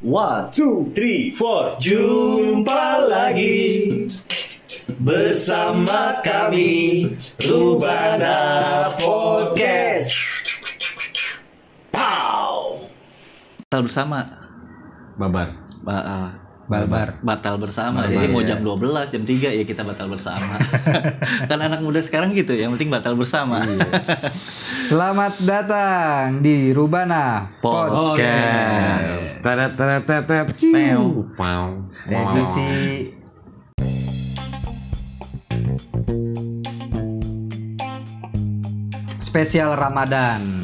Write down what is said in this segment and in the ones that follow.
One, two, three, four. Jumpa lagi bersama kami Rubana Podcast. Pow. Batal bersama. Batal bersama. Jadi mau jam 12, jam 3 ya kita batal bersama. Kan anak muda sekarang gitu, yang penting batal bersama. Selamat datang di Rubana Podcast. Edisi spesial Ramadan.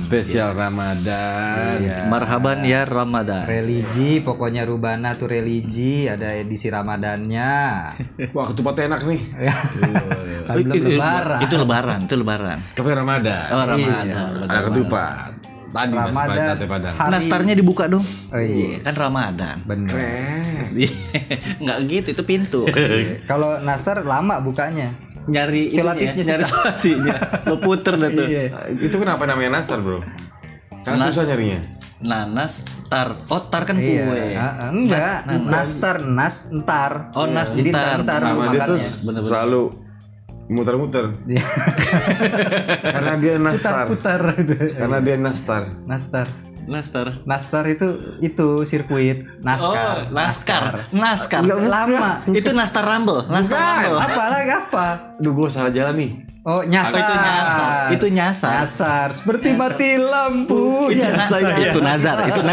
Iya. Marhaban ya Ramadan. Religi, pokoknya Rubana tuh religi, ada edisi Ramadannya. Wah, ketupatnya enak nih. Kan belum lebaran. Itu lebaran. Kafe Ramadan. Oh, Ramadan. Iya. Ada ketupat. Tadi Ramadan. Sate Padang. Nastarnya dibuka dong. Oh iya, Kan Ramadan. bener. Nggak gitu, itu pintu. Kalau nastar lama bukanya. Nyari Selatifnya ininya, nyari solasinya. Lo puter dah tuh. Itu kenapa namanya nastar, Bro? Karena susah nyarinya. Nanas, tar. Oh, tar kan kue. Iya. Enggak, nastar, entar. Oh, nas Jadi entar. entar Sama dia tuh makannya. selalu muter-muter. Karena dia nastar. Putar. Karena dia nastar. Nastar itu sirkuit Oh, naskar. Enggak lama. Itu Nastar Rumble. Apa? Aduh, gue salah jalan nih. Oh, nyasar. Itu nyasar. Nyasar. Seperti mati lampu. Itu Nyasar. nazar. Itu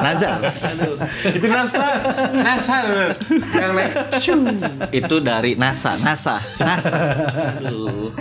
nastar. Yang naik. Itu dari NASA. Aduh.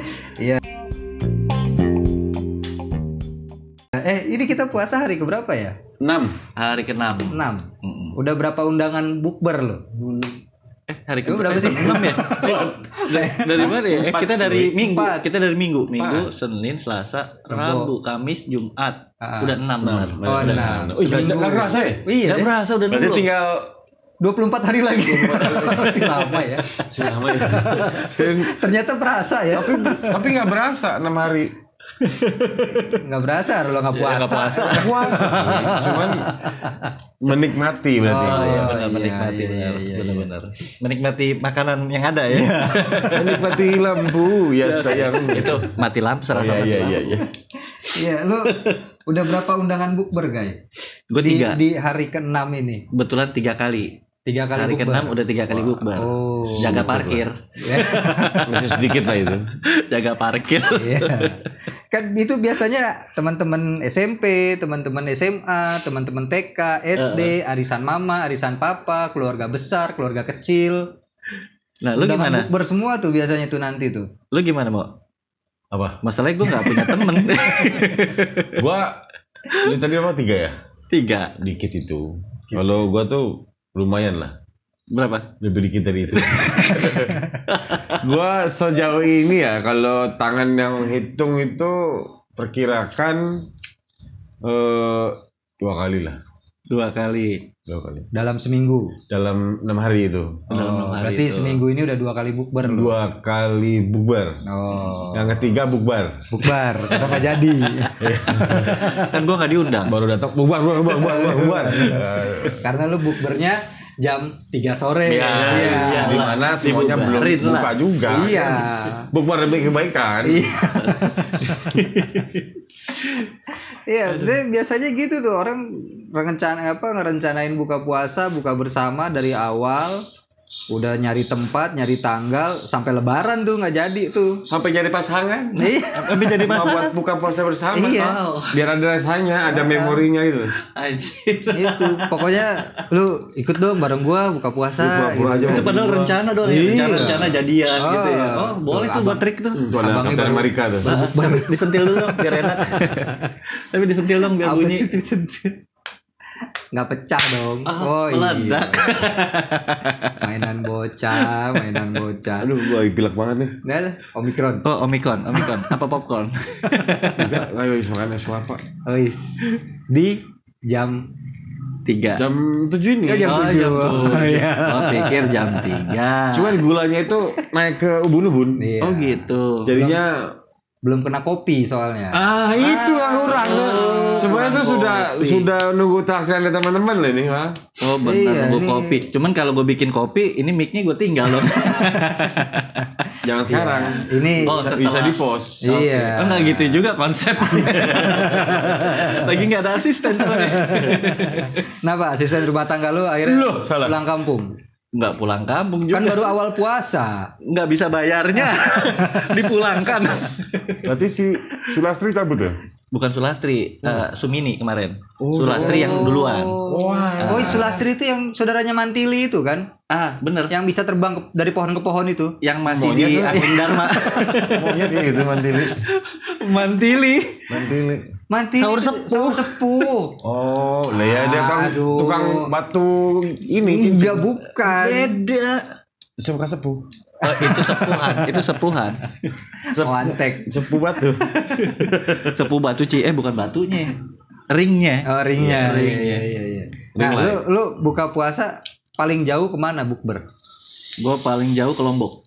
Ini kita puasa hari keberapa ya? 6. Hari ke-6. 6. Udah berapa undangan bukber lo? Hari Itu berapa sih? 6 ya? Dari mana ya? Kita dari Minggu. Empat. Kita dari Minggu, Senin, Selasa, Rabu, Kamis, Jumat. Udah 6 benar. Oh, 6. Oh, nggak kerasa ya? Iya, Udah berasa udah Berarti dulu. tinggal 24 hari lagi. Masih lama ya. selama ya. Ternyata berasa ya. Tapi nggak berasa 6 hari. Nggak berasa kalau nggak puasa. Puasa. Cuman menikmati berarti. Oh iya, benar iya, menikmati iya, benar. Menikmati makanan yang ada ya. Menikmati lampu ya sayang. Itu mati lampu serasa mati lampu. Iya. Iya, lu udah berapa undangan bukber, guys? Gue 3. Di hari ke-6 ini. Kebetulan 3 kali. 3 kali Hari bukber. ke-6 udah 3 kali bukber. Oh. Jaga parkir. Masih sedikit lah itu. Jaga parkir. Iya. Kan itu biasanya teman-teman SMP, teman-teman SMA, teman-teman TK, SD, arisan mama, arisan papa, keluarga besar, keluarga kecil. Nah, lu Undangan gimana? bukber semua tuh biasanya tuh nanti tuh. Lu gimana, Mo? Apa? Masalahnya gue gak punya temen. Gua ini tadi apa 3 ya? 3. Dikit itu. Kalau gua tuh lumayan lah. Berapa? Lebih dikit dari itu. Gua sejauh ini ya kalau tangan yang hitung itu perkirakan 2 kali lah. 2 kali. 2 kali. Dalam seminggu. Dalam 6 hari itu. Dalam 6 hari Berarti itu. seminggu ini udah 2 kali bukber lu. 2 kali bukber. Oh. Yang ketiga bukbar. Bukber, kata nggak jadi. Kan gue gak diundang. Baru datang bukbar. Karena lu bukbernya jam 3 sore. Iya. Di mana semuanya belum Dibubarin lah. buka juga. Iya. Bukbar demi kebaikan. Iya, biasanya gitu tuh orang ngerencanain buka puasa, buka bersama dari awal, udah nyari tempat, nyari tanggal, sampai lebaran tuh nggak jadi tuh. Sampai jadi pasangan. Iya. Tapi jadi Mau masalah. buat buka puasa bersama. Iya. Biar ada rasanya, ada memorinya itu. Anjir. Itu pokoknya lu ikut dong bareng gua buka puasa. Pura-pura aja. Itu padahal rencana doang ya. Iya. Rencana jadian Oh. gitu ya. Oh, boleh tuh buat trik tuh. Tuh ada Abangnya Kapten baru- Amerika tuh. Disentil dulu dong biar enak. Tapi disentil dong biar Apa bunyi. sih disentil? Nggak pecah dong. Meledak. Mainan bocah. Aduh, gua pilek banget nih. Nggak ada. Omikron. Oh, Omikron. Apa popcorn? Enggak, ayo makan es kelapa. Ois. Di jam 3. Jam 7 ini. Jam Oh, 7. jam 7. Iya. Oh, pikir jam 3. Cuman gulanya itu naik ke ubun-ubun. Iya. Oh gitu. Jadinya belum kena kopi soalnya. Itu yang kurang. Sebenarnya tuh sudah nunggu takdiran dari teman-teman loh ini, Pak. Oh benar, Iya, nunggu ini- kopi. Cuman kalau gue bikin kopi, ini mic-nya gue tinggal loh. Jangan sekarang. Ini Oh, Bisa setelah- di-post. iya. Oh, nggak gitu juga konsepnya. Lagi nggak ada asisten soalnya. Kenapa asisten rumah tangga lu akhirnya Loh, salah. pulang kampung? Nggak pulang kampung juga. Kan baru awal puasa. Nggak bisa bayarnya. Dipulangkan. Berarti si Sulastri cabut ya? Bukan Sulastri, Sumini kemarin. Sulastri yang duluan. Oh, Sulastri itu yang saudaranya Mantili itu kan? Bener. Yang bisa terbang dari pohon ke pohon itu. Yang masih Maunya di tuh- Angling Dharma. Maunya kayak gitu Mantili. Mantili. Mantili. Sahur Sahur sepuh. Oh, lah ya dia kan Aduh. tukang batu ini. Enggak, bukan. Beda. Suka sepuh. Itu sepuhan. Wantek. Sepuh batu. Sepuh batu bukan batunya. Ringnya. Oh, ringnya. Iya, Iya. Nah, Ring light. lu buka puasa paling jauh kemana bukber? Gue paling jauh ke Lombok.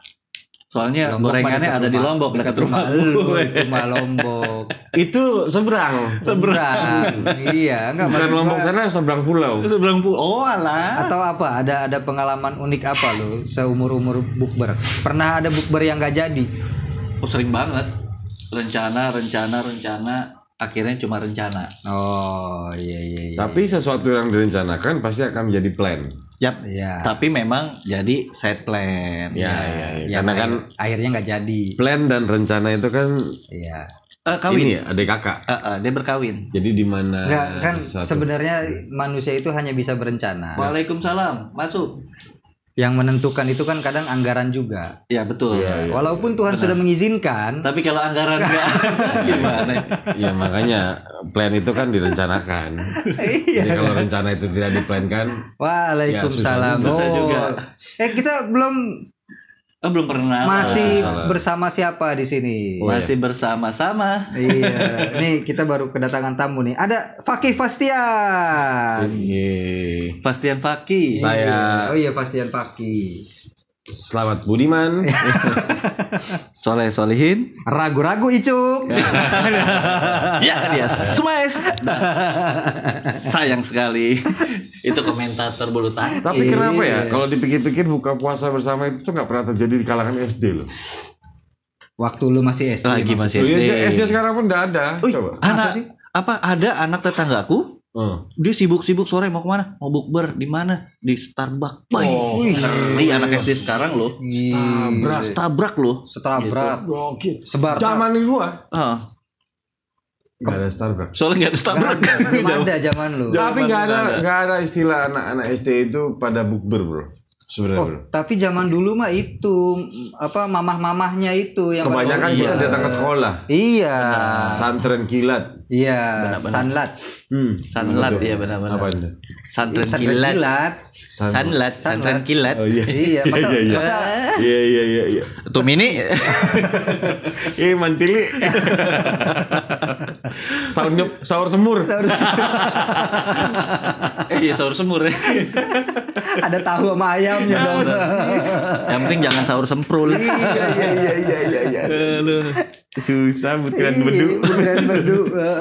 Soalnya gorengannya ada di Lombok dekat rumah lu. gue. Rumah Lombok. Itu seberang. Seberang. Iya, enggak Bukan maksud Lombok gua- sana seberang pulau. Seberang oh alah. Atau apa? Ada pengalaman unik apa lu seumur-umur bukber? Pernah ada bukber yang gak jadi? Oh sering banget. Rencana, akhirnya cuma rencana. Oh, iya. Tapi sesuatu yang direncanakan pasti akan menjadi plan. Yap. Iya. Tapi memang jadi side plan. Ya. Yang Karena kan akhirnya nggak jadi. plan dan rencana itu kan Iya. Kawin. ini ya, adik kakak. Dia berkawin. Jadi di mana Enggak kan sesuatu- sebenarnya manusia itu hanya bisa berencana. Waalaikumsalam. Masuk. Yang menentukan itu kan kadang anggaran juga. Ya betul. Iya. Walaupun Tuhan sudah mengizinkan, Tapi kalau anggaran nggak ada, gimana? Ya makanya plan itu kan direncanakan. Jadi kalau rencana itu tidak diplankan, Waalaikumsalam. Ya, susah juga. Kita belum Belum pernah. masih Waalaikumsalam. bersama siapa di sini? Oh, Masih bersama-sama. Iya, nih kita baru kedatangan tamu nih. Ada Fakih Fastian. Pastian Faki. Saya Oh iya, Fastian Fakih. Selamat Budiman. Soleh Solihin. Ragu-ragu Icuk. Ya dia smash. Sayang sekali. Itu komentator bulu tangkis. Tapi kenapa ya? Kalau dipikir-pikir buka puasa bersama itu tuh nggak pernah terjadi di kalangan SD loh. Waktu lu masih SD. Lagi masih Loh, SD. ya, SD sekarang pun nggak ada. Coba. Anak ada anak tetanggaku. Dia Sibuk sore mau kemana? Mau bukber di mana? Di Starbucks. Wih, Ngeri anak SD sekarang loh. Starbucks loh. Setabrak. Sebar. Zaman gua Ah, nggak ada Starbucks. soalnya nggak ada Starbucks. Belum ada zaman lu. Tapi nggak ada. nggak ada istilah anak-anak SD itu pada bukber bro. Sebenarnya Oh, bro. tapi zaman dulu mah itu mamah-mamahnya itu yang Kebanyakan baru- kita datang ke sekolah. Iya. Santren kilat. Iya, Benar-benar. sanlat. Sanlat Betul. ya benar-benar. Apa itu? Santren Santren kilat. kilat. Sanlat, santren kilat. Oh iya. Iya, masa, Iya. masa Iya. Tuh mini. Mantili. Sahur semur. Iya sahur semur ya. ada tahu sama ayamnya dong. Yang penting jangan sahur semprul. Iya. Susah butiran bedu. Butiran bedu.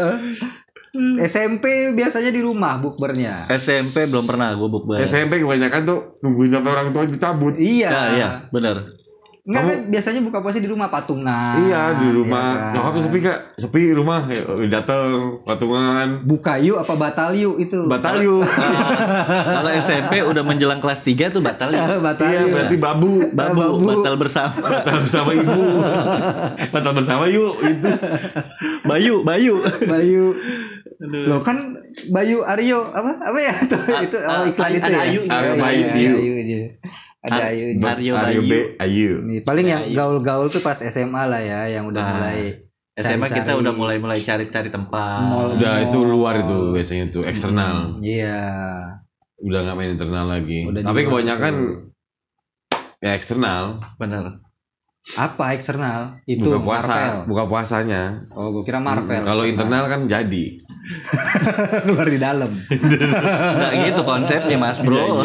SMP biasanya di rumah bukbernya. SMP belum pernah gue bukber. SMP kebanyakan tuh nungguin sampai orang tua dicabut. Iya. Nah, iya, benar. Enggak kan biasanya buka puasa di rumah patungan. Iya di rumah. Iya kan? Nyokap tuh sepi gak? Sepi rumah. Ya, dateng patungan. Buka yuk apa batal yuk itu? Batal yuk. Kalau SMP udah menjelang kelas 3 tuh batal ya. Batal Iya yuk. berarti babu. Babu, batal bersama. Batal bersama ibu. Batal bersama yuk itu. Bayu. Bayu. Loh kan Bayu Aryo apa ya itu iklan itu ada ya. Ayu. Ada Bayu. Ada Ayu aja. Ada Ayu. Aryo Aryo Bayu. B. Ayu. Nih, paling yang gaul-gaul tuh pas SMA lah ya yang udah Nah, mulai SMA kita cari-cari. udah mulai cari tempat. Mall. Udah itu luar itu biasanya itu eksternal. Iya. Udah nggak main internal lagi. Udah Tapi di luar kebanyakan ya eksternal. Bener. Apa eksternal? Itu Buka puasa, Marvel. buka puasanya. Oh, gue kira Marvel. Kalau internal kan jadi. luar di dalam. Nggak gitu konsepnya Mas Bro.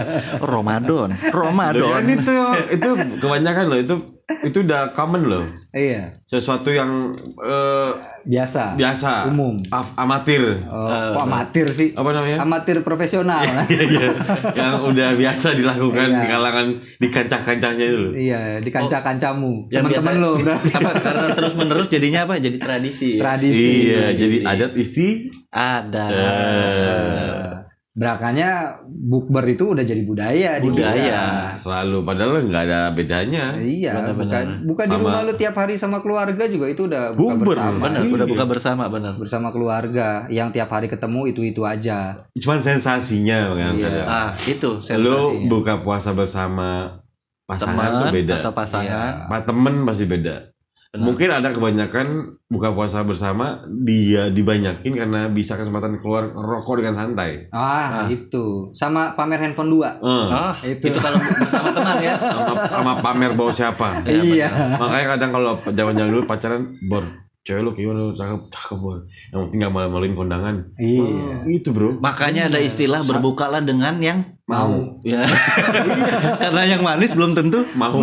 Ramadan. Loh, kan itu kebanyakan loh itu udah common loh. Iya. Sesuatu yang Biasa. Umum. Amatir. Kok amatir sih? Apa namanya? Amatir profesional. Iya, yang udah biasa dilakukan Iya. di kalangan di kancah-kancahnya itu loh. Iya, di kancah-kancamu. Yang Teman-teman biasa- lo berarti. Apa karena terus menerus jadinya apa? Jadi tradisi. Tradisi. Iya, jadi adat Ada. Makanya bukber itu udah jadi budaya di Budaya. kita. selalu padahal nggak ada bedanya. Iya, Benar-benar. bukan di Sama- rumah lu tiap hari sama keluarga juga itu udah Bukber, buka bersama. Benar, Iya. udah buka bersama, benar. Bersama keluarga yang tiap hari ketemu itu aja. Cuman sensasinya kan. Iya. Ah, itu Lu sensasinya. buka puasa bersama pasangan tuh Teman beda. atau pasangan. Pak temen pasti beda. Benar. Mungkin ada kebanyakan buka puasa bersama dia dibanyakin karena bisa kesempatan keluar rokok dengan santai. Itu. Sama pamer handphone 2. Ah, Itu. itu kalau bersama teman ya. Sama pamer bawa siapa. Iya. Makanya kadang kalau zaman-zaman dulu pacaran, Bor, cewek lu gimana? Cakep Bor. Yang penting gak malu-maluin kondangan. Iya. Itu bro. Makanya ada istilah berbukalah dengan yang Mau. ya. Karena yang manis belum tentu Mau.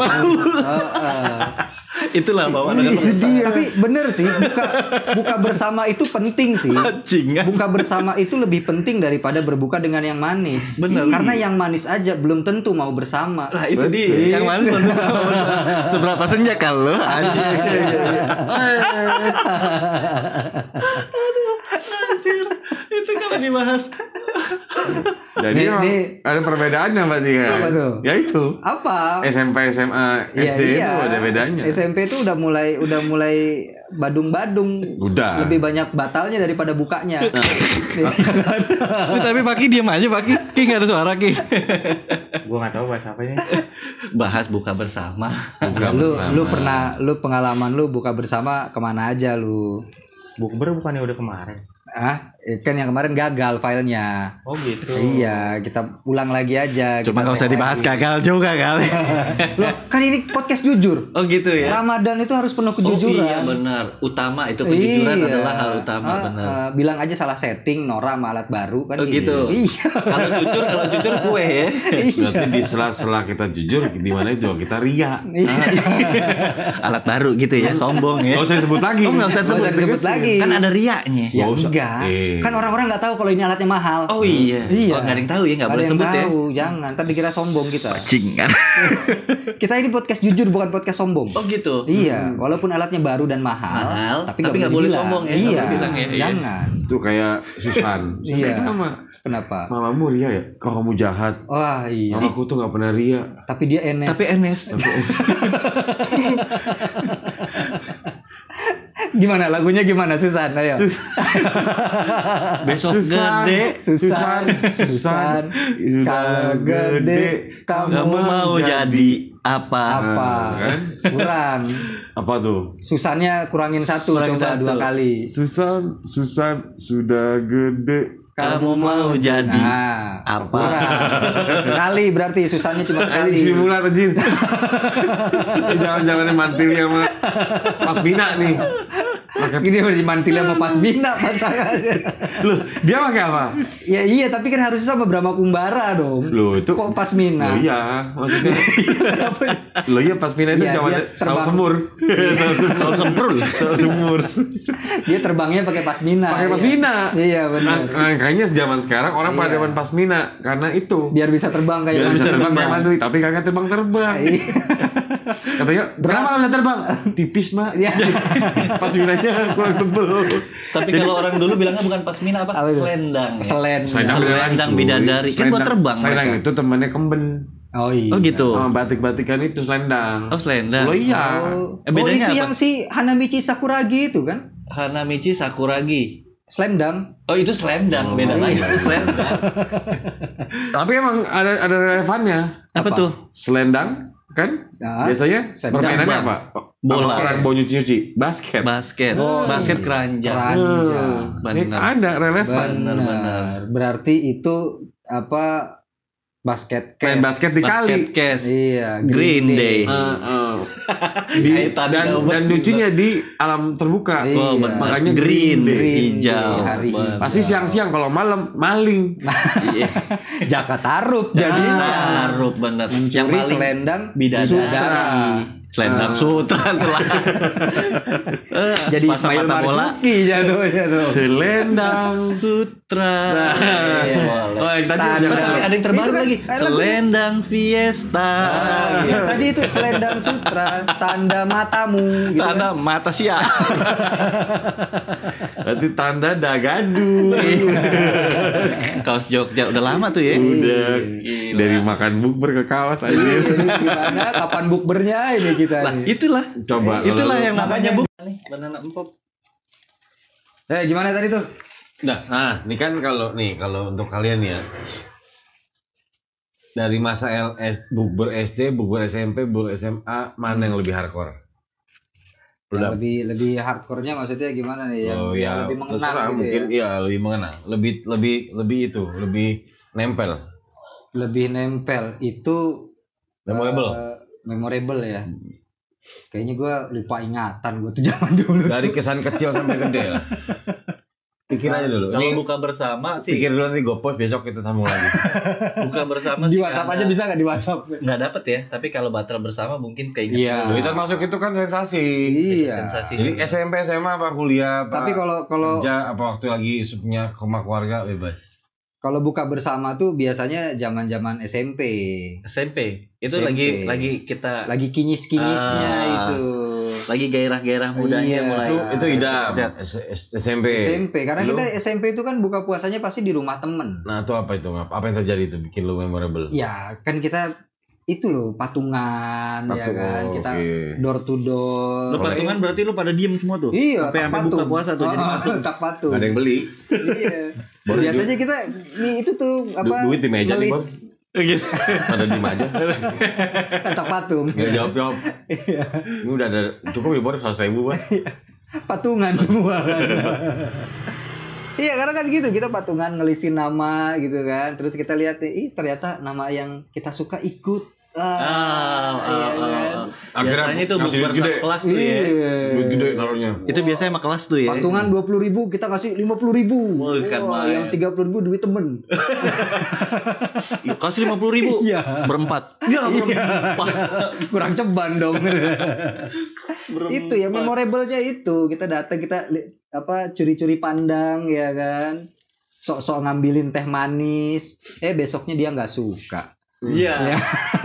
Itulah bawaan dengan perasaan. Tapi bener sih, buka bersama itu penting sih. Anjing. Buka bersama itu lebih penting daripada berbuka dengan yang manis. Bener. Karena yang manis aja belum tentu mau bersama. Lah itu dia yang manis belum tentu. Seberapa senja kalau anjing. Anjir. Itu kalau dibahas. Jadi Nih, emang nih. ada perbedaannya berarti kan? Apa tuh? Ya itu. Apa? SMP, SMA, Iya, SD iya. itu ada bedanya. SMP itu udah mulai badung-badung. Udah. Lebih banyak batalnya daripada bukanya. Tapi Paki diam aja Paki. Ki nggak ada suara Ki. Gua nggak tahu bahasa apa ini. Bahas buka bersama. Buka bersama. Lu pengalaman lu buka bersama kemana aja lu? Bukber bukannya udah kemarin? Kan yang kemarin gagal filenya. Oh gitu. Iya, kita ulang lagi aja. Cuma kita nggak usah take dibahas lagi. gagal juga kali. Loh, kan ini podcast jujur. Oh gitu ya. Ramadan itu harus penuh Oh kejujuran. iya benar. Utama itu kejujuran Iya. adalah hal utama benar. Bilang aja salah setting, Nora sama alat baru kan Oh gitu. Iya. Kalau jujur kue ya. Berarti di sela-sela kita jujur, di mana juga kita ria. Alat baru gitu ya, sombong ya. Nggak usah disebut lagi. Oh nggak usah Nggak usah disebut lagi. Kan ada riaknya. Ya Nggak usah. enggak. Kan orang-orang nggak tahu kalau ini alatnya mahal. Oh iya. Iya. Oh, nggak ada yang tahu ya, nggak Nggak boleh ada yang sebut ya. tahu, jangan. Ntar dikira sombong kita. Cingan. Kita ini podcast jujur bukan podcast sombong. Oh gitu. Iya, walaupun alatnya baru dan mahal, Tapi nggak boleh dibilang. sombong ya, Iya, nggak boleh bilang ya. Iya. jangan. Itu kayak Susan. Iya. Susan sama. Kenapa? Mamamu ria ya? Kalau kamu jahat. Wah iya. Mamaku tuh nggak pernah ria. Tapi dia NS. Tapi Enes. Gimana lagunya gimana Susan? Ayo. Besok Susan. gede. Susan. Kalau gede kamu Kamu mau jadi apa? apa? kan? Kurang. Apa tuh? Susannya kurangin satu, Kurangin coba satu. 2 kali. Susan sudah gede. Kamu mau jadi Nah, apa? kurang. Sekali berarti Susannya cuma sekali. Anjing simulat anjing. Jangan-jangan mantil sama Mas Bina nih. Ini udah dimantil sama Pasbina pasangannya. Loh, dia pakai apa? Ya iya, tapi kan harusnya sama Brahma Kumbara dong. Loh, itu Kok Pasmina? Loh iya, maksudnya. Loh iya pas Bina itu Iya, zaman dia saus terbang. semur. Saus semprul. Saus semur. Dia terbangnya pakai Pasmina. Pakai Iya. Pasmina. Iya benar. Makanya zaman sekarang orang pada Iya. depan Pasmina karena itu. Biar bisa terbang kayak Biar bisa Mandiri. terbang kayak mandiri, tapi kagak terbang-terbang. Iya. Katanya, berapa bisa terbang? Tipis, Mak. Iya. Pasminanya kurang tebel. Tapi kalau orang dulu bilangnya bukan pasmina apa? Apa itu? Selendang. Ya? Selendang. Selendang bidadari. Kan buat terbang Selendang mereka. itu temannya kemben. Oh iya. Oh gitu. Oh, batik-batikan itu selendang. Oh selendang. Loh iya. Oh, Bedanya itu apa? yang si Hanamichi Sakuragi itu kan? Hanamichi Sakuragi. Selendang. Oh itu selendang, beda lagi. Itu selendang. Tapi emang ada relevannya. Apa tuh? Selendang kan? Nah, Biasanya selendang. permainannya apa? Bola. Apa sekarang mau nyuci-nyuci? Basket. Basket. Oh, Basket iya. keranjang. Keranjang. Ini Benar. ada relevan. Benar. Berarti itu apa? Basket case. Main basket di kali. Basket case. Iya. Green Day. Kaitan Dan lucunya di alam terbuka. Iya. Oh, benar. Makanya green, Green hijau. Day, hari Benar. Pasti siang-siang kalau malam maling. Iya. Jaka Tarub jadi Taruh benar. Yang mencuri paling selendang bidadari. Sudara. Selendang Sutra tuh lah. Jadi Pasang Ismail mata bola. Marzuki jatuhnya tuh. Selendang Sutra. Iya. Oh, yang tadi Tanda. jangan- Ada yang terbaru Itu kan, lagi. lagunya. Selendang Fiesta. Ya, tadi itu Selendang Sutra, tanda matamu gitu. Tanda mata siap. Berarti tanda dagadu. Kaos Jogja udah lama tuh ya. Udah Gila. dari makan bukber ke kaos aja. Jadi gimana kapan bukbernya ini kita Lah, nih. Coba itulah. Itulah kalau- yang namanya Makanya- buk. Nih, banana empop. Gimana tadi tuh? Nah, ini kan kalau untuk kalian ya dari masa bukber SD, bukber SMP, bukber SMA, mana yang lebih hardcore? Udah. Lebih hardcore-nya maksudnya gimana nih yang, Oh yang ya, lebih mengenang terserah gitu mungkin ya. iya lebih mengenang, lebih nempel, Lebih nempel itu memorable. memorable ya. Kayaknya gue lupa ingatan gue tuh zaman dulu. Dari kesan kecil sampai gede lah. Pikir aja dulu. Kalau Ini buka bersama sih. pikir dulu nanti gue post besok kita sambung lagi. Buka bersama Di sih. WhatsApp karena- aja bisa nggak di WhatsApp? Nggak dapet ya, tapi kalau batal bersama mungkin kayak gitu. Iya. Loh, itu masuk itu kan sensasi. Iya. Sensasi. Jadi SMP, SMA apa kuliah apa Tapi kalau kerja apa waktu lagi punya rumah keluarga bebas. kalau buka bersama tuh biasanya zaman-zaman SMP. SMP itu SMP. lagi kita Lagi kinyis-kinyisnya itu. lagi gairah-gairah mudanya Iya. mulai. Itu idam. SMP. SMP karena Lu? kita SMP itu kan buka puasanya pasti di rumah temen. Nah, itu apa itu? Apa yang terjadi itu bikin lu memorable? Ya kan kita itu loh patungan ya kan kita oke. door to door. Lu patungan berarti lu pada diem semua tuh. Iya, sampai tak sampai buka patung. puasa tuh jadi masuk. Tak patung. Gak ada yang beli. Iya. Baru Biasanya kita nih itu tuh apa? duit di meja nih, nulis Gitu. Ada di aja. tak patung. Gak jawab. Ini udah ada cukup ya bor 100.000 Bang. Patungan semua kan. Iya karena kan gitu kita patungan ngelisin nama gitu kan. Terus kita lihat ih ternyata nama yang kita suka ikut. Iya kan. Akhirnya Biasanya itu ngasih bukber duit gede. kelas tuh ya. Iya. Duit gede naruhnya. Itu biasanya sama kelas tuh ya. Patungan 20.000 kita kasih 50.000. Wah, kan main. Yang 30.000 duit temen. Kasih 50.000. Iya. Berempat. Ya, berempat. Kurang ceban dong. Itu ya memorable-nya itu kita datang kita curi-curi pandang ya kan. Sok-sok ngambilin teh manis. Besoknya dia nggak suka. Iya. Ya.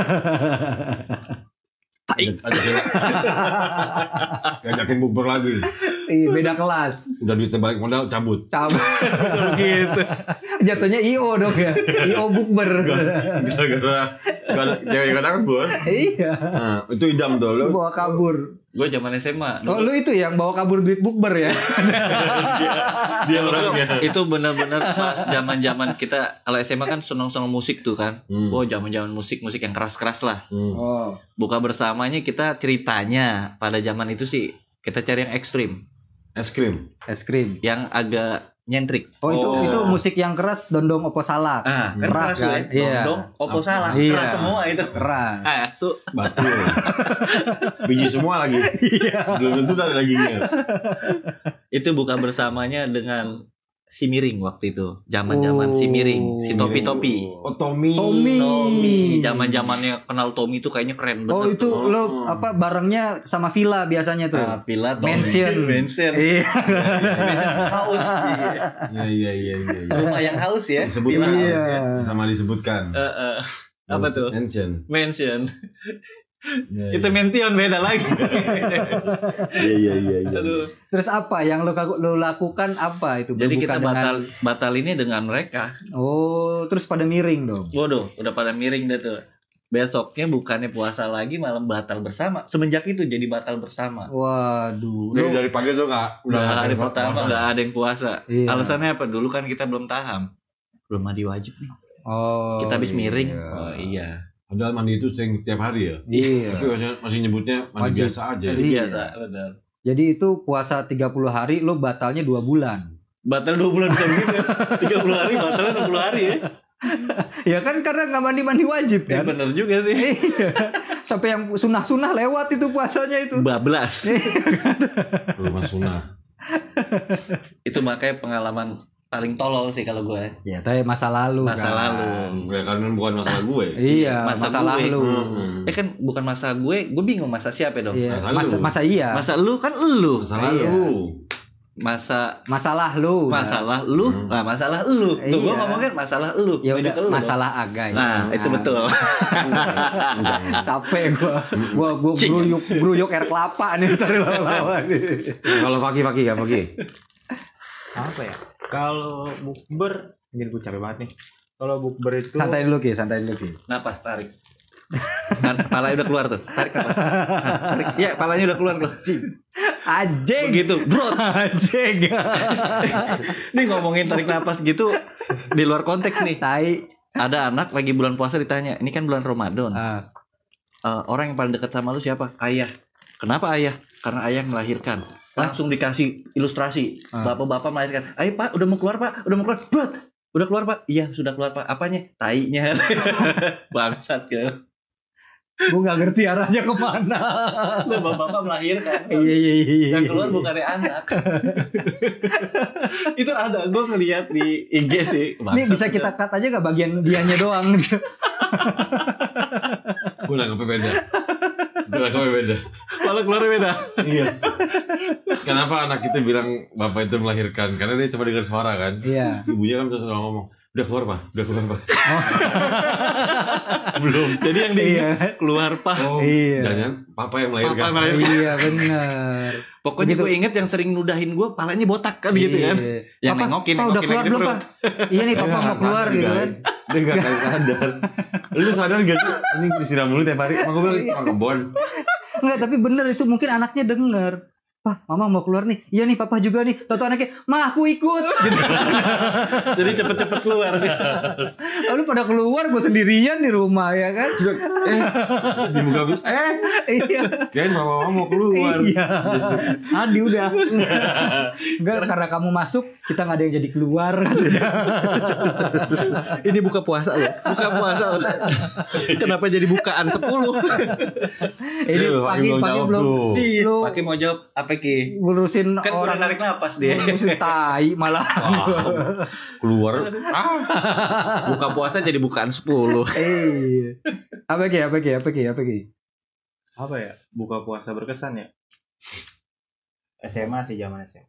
Ngajakin bukber lagi. Beda kelas. Udah duitnya balik modal cabut. Cabut. Gitu. Jatuhnya IO dong ya. IO bukber. Gara-gara cewek gak takut bor. Iya. Nah, itu idam tuh Lu lu. bawa kabur. Gue zaman SMA. Oh lu itu yang bawa kabur duit bukber ya? Dia orangnya. Itu benar-benar pas zaman-zaman kita kalau SMA kan seneng-seneng musik tuh kan. Oh, zaman-zaman musik yang keras-keras lah. Oh. Buka bersamanya kita ceritanya pada zaman itu sih kita cari yang ekstrim, Es krim. Es krim. yang agak nyentrik. Oh, itu musik yang keras dondong opo salak. Ah, kan Keras tuh kan? ya. Iya. Dong, opo salah. Iya. Keras semua itu. Keras. Asu. Batu. Biji semua lagi. Belum tentu ada dagingnya. Itu buka bersamanya dengan si Miring waktu itu. Zaman-zaman si Miring, si Topi-Topi. Oh, Tommy. Tommy, zaman-zamannya kenal Tommy itu kayaknya keren banget. Oh itu lo barengnya sama villa biasanya tuh. Villa Tommy. Mansion. Mansion. Iya. Mansion haus. Iya. Rumah yang haus ya. Disebutkan. Iya. Sama disebutkan. Apa tuh? Mansion. Mansion. Iya, Itu Mention beda lagi. Iya. Aduh. Terus apa yang lo lakukan apa itu? Jadi Berbuka kita dengan- batal ini dengan mereka. Oh, terus pada miring dong. Waduh, udah pada miring deh tuh. Besoknya bukannya puasa lagi malam batal bersama. Semenjak itu jadi batal bersama. Waduh. Jadi dari pagi tuh udah Hari pertama nggak ada yang puasa. Iya. Alasannya apa? Dulu kan kita belum taham. Belum mandi wajib nih. Oh. Kita habis miring. iya. Oh iya. Padahal mandi itu sering tiap hari ya. Iya. Tapi masih nyebutnya mandi Wajib. biasa aja. Jadi Iya. biasa, benar. Jadi itu puasa 30 hari lo batalnya 2 bulan. Batal 2 bulan bisa begitu. 30 hari batalnya 60 hari ya. Ya kan karena nggak mandi wajib kan. Bener juga sih. Iya. Sampai yang sunah-sunah lewat itu puasanya itu. Bablas. Rumah sunah. Itu makanya pengalaman paling tolol sih kalau gue. Ya, tapi masa lalu Masa kan. lalu. Ya kan bukan masalah gue. Iya, Masa masa gue. lalu. Ya kan bukan masa gue bingung masa siapa dong. Iya. Masa lu. Masa iya. Masa lu kan lu. Masalah Iya. lu. Masalah lu. Masalah lu. Nah, masalah lu. Tuh gue Iya. ngomongin masalah lu. Ya udah Lebih ke lu dong. masalah agai. Nah, itu betul. Capek gua gruyuk air kelapa nih ntar lama-lama nih. Kalau pagi ya pagi. Apa ya? Kalau bukber, ini gue capek banget nih. Kalau bukber itu Santai dulu Ki. Napas tarik. Nah, palanya udah keluar tuh. Tarik napas. Tarik. Ya, palanya udah keluar tuh. Anjing. Begitu, bro. Anjing. Nih ngomongin tarik napas gitu di luar konteks nih. Tai. Ada anak lagi bulan puasa ditanya, ini kan bulan Ramadan. Orang yang paling dekat sama lu siapa? Ayah. Kenapa ayah? Karena ayah yang melahirkan. Langsung dikasih ilustrasi. Bapak-bapak melahirkan. Ayo Pak, udah mau keluar Pak, udah mau keluar. Brat. Udah keluar Pak? Iya, sudah keluar Pak. Apanya? Tainya. Bangsat ya. Gue gak ngerti arahnya kemana. Bapak-bapak melahirkan. Iya. Yang keluar bukan anak. Itu ada, gue ngeliat di IG sih. Ini bisa kita cut aja gak bagian dianya doang. Gue nangkepnya beda. Malah keluar beda. Iya. Kenapa anak kita bilang bapak itu melahirkan? Karena dia cuma dengar suara kan. Iya. Ibunya kan terus ngomong, udah keluar Pak. Belum. Jadi yang dia keluar Pak. Oh, Iya. jangan papa yang melahirkan. Papa melahirkan. Iya benar. Pokoknya Begitu. gue inget yang sering nudahin gue, palanya botak kan gitu kan. Yang nengokin udah keluar belum Pak? Iya nih Papa mau keluar gitu kan. Dia gak sadar. Lu sadar gak sih? Ini disiram dulu tiap hari. Aku bilang itu kebon. Enggak, tapi bener itu mungkin anaknya denger. Pak, Mama mau keluar nih. Iya nih Papa juga nih. Tahu anaknya, "Ma, aku ikut." Gitu. Jadi cepet-cepet keluar. Lalu pada keluar gue sendirian di rumah ya kan. Di muka gue. Iya. Kirain mama mau keluar. Iya. Adi udah. Enggak, karena kamu masuk, kita nggak ada yang jadi keluar. Ini buka puasa ya. Buka puasa. Kenapa jadi bukaan 10? Ini pagi belum. Iya, Lu Paki mau jawab apa Ki? ngurusin Kan udah orang narik napas dia. ngurusin tai malah. Keluar. Buka puasa jadi bukaan 10. Apa Ki? apa ya? Buka puasa berkesan ya? SMA sih, zaman SMA.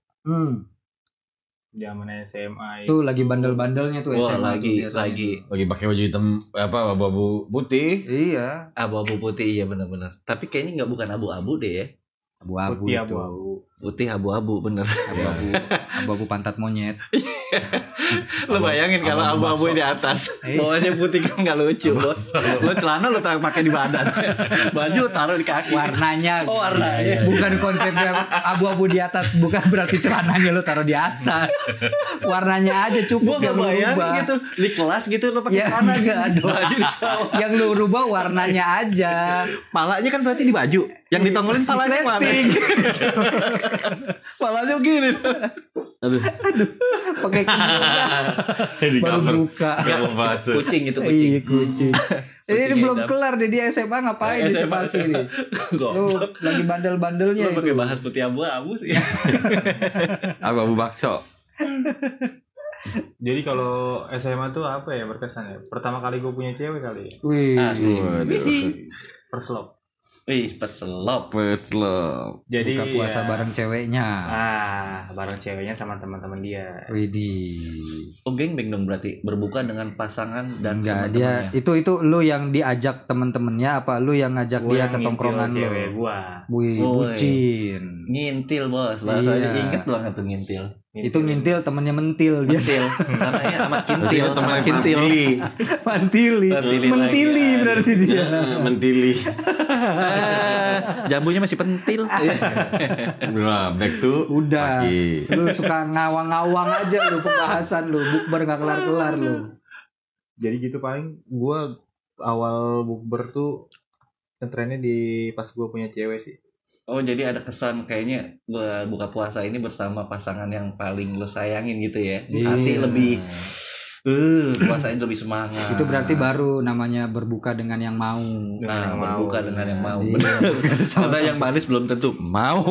Zaman SMA Tuh lagi bandel-bandelnya tuh Wah, SMA tuh biasanya. Lagi pakai baju hitam apa abu-abu putih. Iya, Abu-abu putih, iya benar-benar. Tapi kayaknya nggak bukan abu-abu deh ya. abu-abu putih itu. abu-abu. Putih abu-abu bener. Abu-abu pantat monyet. Lo bayangin kalau Abu-abu abu-abu di atas, bawahnya putih kan nggak lucu bos. Lo celana lo pakai di badan, baju taruh di kaki. Warnanya. Oh, warnanya. Bukan konsepnya abu-abu di atas, bukan berarti celananya lo taruh di atas. Warnanya aja cukup. Gua nggak yang lo bayangin rubah. gitu di kelas gitu lo pakai Ya, celana enggak gitu. dong. Baju di bawah. Yang lo rubah warnanya aja. Palanya kan berarti di baju. Yang ditongolin palanya mana? Resleting. Palanya begini. Aduh. Pakai Di baru cover. buka. Cover basuh. Kucing itu kucing. Iya, kucing. Ini belum hitam. kelar deh dia SMA ngapain di SMA. SMA sini. Lu lagi bandel-bandelnya Lo pakai itu. bahas putih abu-abu sih. Abu bakso. Jadi kalau SMA tuh apa ya berkesan ya? Pertama kali gue punya cewek kali ya. Wih. Asik. First love. Wih, peselop. First love. Jadi Buka puasa ya, bareng ceweknya. bareng ceweknya sama teman-teman dia. Widih. Oh, gengbeng dong berarti berbuka dengan pasangan dan Enggak, dia teman-temannya. itu lu yang diajak temen-temennya apa lu yang ngajak Gua dia yang ke tongkrongan ngintil lu? cewek gua. Wih, Woi. bucin. Ngintil bos, bahasanya Iya. inget banget tuh ngintil. Itu ngintil temennya mentil biasa. Mentil, sana ya amat kintil, Berarti amat teman kintil. Mantili. Mentili Mentili lagi. berarti dia. Mentili. Jambunya masih pentil. Udah, back to Udah. Paki. Lu suka ngawang-ngawang aja lu pembahasan lu, bukber enggak kelar-kelar lu. Jadi gitu paling gua awal bukber tuh ngetrennya di pas gua punya cewek sih. Oh, jadi ada kesan kayaknya buka puasa ini bersama pasangan yang paling lo sayangin gitu ya. Hati Iya. lebih puasain lebih semangat. Itu berarti baru namanya berbuka dengan yang mau. Nah, berbuka dengan yang mau. Iya. Bener. Karena yang manis belum tentu mau.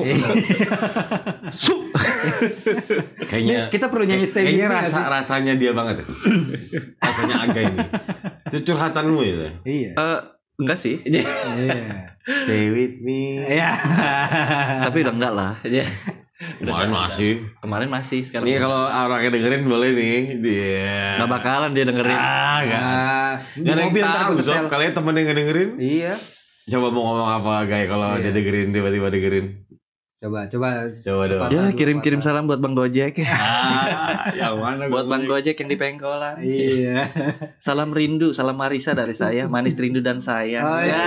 Kayaknya Kita perlu nyanyi stay with kayaknya me nggak sih? rasanya dia banget. Rasanya Aga ini. Itu curhatanmu itu. Iya. Enggak sih. Iya. Stay with me. Iya. Tapi udah enggak lah. Kemarin masih. Kemarin masih. Sekarang Ini kalau orangnya dengerin boleh nih. Dia. nggak bakalan dia dengerin. Enggak. Di Gak ada yang mobil tahu ntar aku sob. setel. Kalian temen yang ngedengerin. Iya. Coba mau ngomong apa Gay kalau Iya. dia dengerin tiba-tiba dengerin. Coba Coba dong. sepatah Ya dua kirim-kirim patah. salam buat Bang Gojek. Yang mana? Buat Bang Gojek yang di pengkolan. Iya. Salam rindu, salam Marisa dari saya, manis rindu dan sayang. Oh, iya.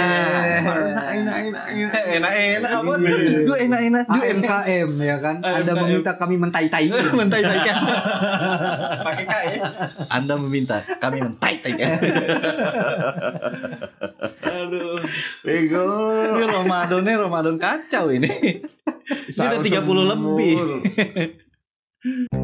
Enak-enak apa? Duh enak-enak. AMKM ya kan. Anda meminta kami mentai-tai. Mentai-taikan. Pakai K ya. Anda meminta kami mentai-taikan. Aduh. Bego. Ini Ramadan kacau ini. Ini udah 30 lebih.